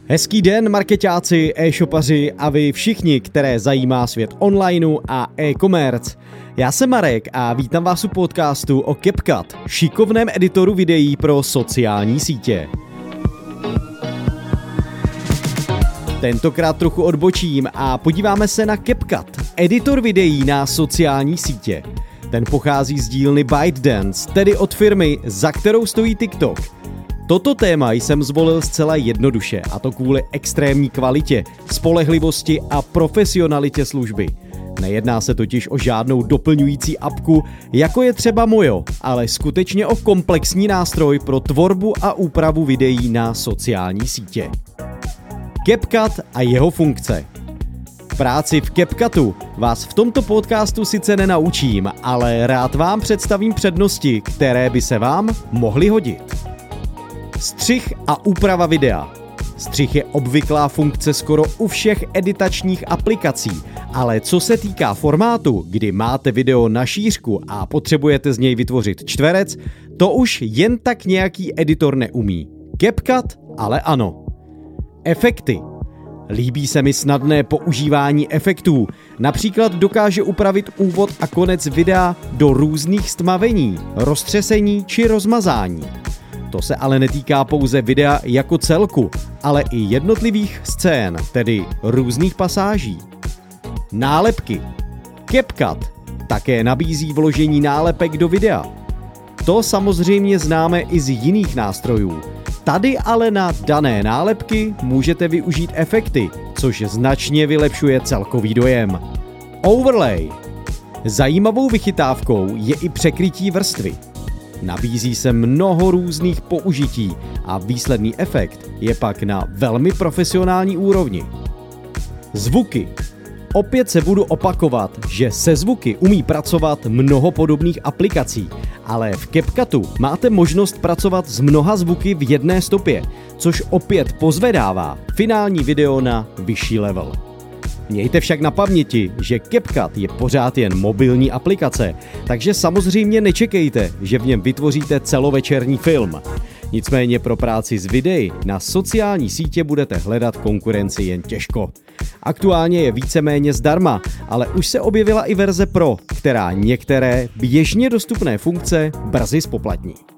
Hezký den, markeťáci, e-shopaři a vy všichni, které zajímá svět onlineu a e-commerce. Já jsem Marek a vítám vás u podcastu o CapCut, šikovném editoru videí pro sociální sítě. Tentokrát trochu odbočím a podíváme se na CapCut, editor videí na sociální sítě. Ten pochází z dílny ByteDance, tedy od firmy, za kterou stojí TikTok. Toto téma jsem zvolil zcela jednoduše, a to kvůli extrémní kvalitě, spolehlivosti a profesionalitě služby. Nejedná se totiž o žádnou doplňující apku, jako je třeba Mojo, ale skutečně o komplexní nástroj pro tvorbu a úpravu videí na sociální sítě. CapCut a jeho funkce. Práci v CapCutu vás v tomto podcastu sice nenaučím, ale rád vám představím přednosti, které by se vám mohly hodit. Střih a úprava videa. Střih je obvyklá funkce skoro u všech editačních aplikací, ale co se týká formátu, kdy máte video na šířku a potřebujete z něj vytvořit čtverec, to už jen tak nějaký editor neumí. CapCut ale ano. Efekty. Líbí se mi snadné používání efektů. Například dokáže upravit úvod a konec videa do různých stmavení, roztřesení či rozmazání. To se ale netýká pouze videa jako celku, ale i jednotlivých scén, tedy různých pasáží. Nálepky. CapCut také nabízí vložení nálepek do videa. To samozřejmě známe i z jiných nástrojů. Tady ale na dané nálepky můžete využít efekty, což značně vylepšuje celkový dojem. Overlay. Zajímavou vychytávkou je i překrytí vrstvy. Nabízí se mnoho různých použití a výsledný efekt je pak na velmi profesionální úrovni. Zvuky. Opět se budu opakovat, že se zvuky umí pracovat mnoho podobných aplikací, ale v CapCutu máte možnost pracovat s mnoha zvuky v jedné stopě, což opět pozvedává finální video na vyšší level. Mějte však na paměti, že CapCut je pořád jen mobilní aplikace, takže samozřejmě nečekejte, že v něm vytvoříte celovečerní film. Nicméně pro práci s videí na sociální sítě budete hledat konkurenci jen těžko. Aktuálně je víceméně zdarma, ale už se objevila i verze Pro, která některé běžně dostupné funkce brzy zpoplatní.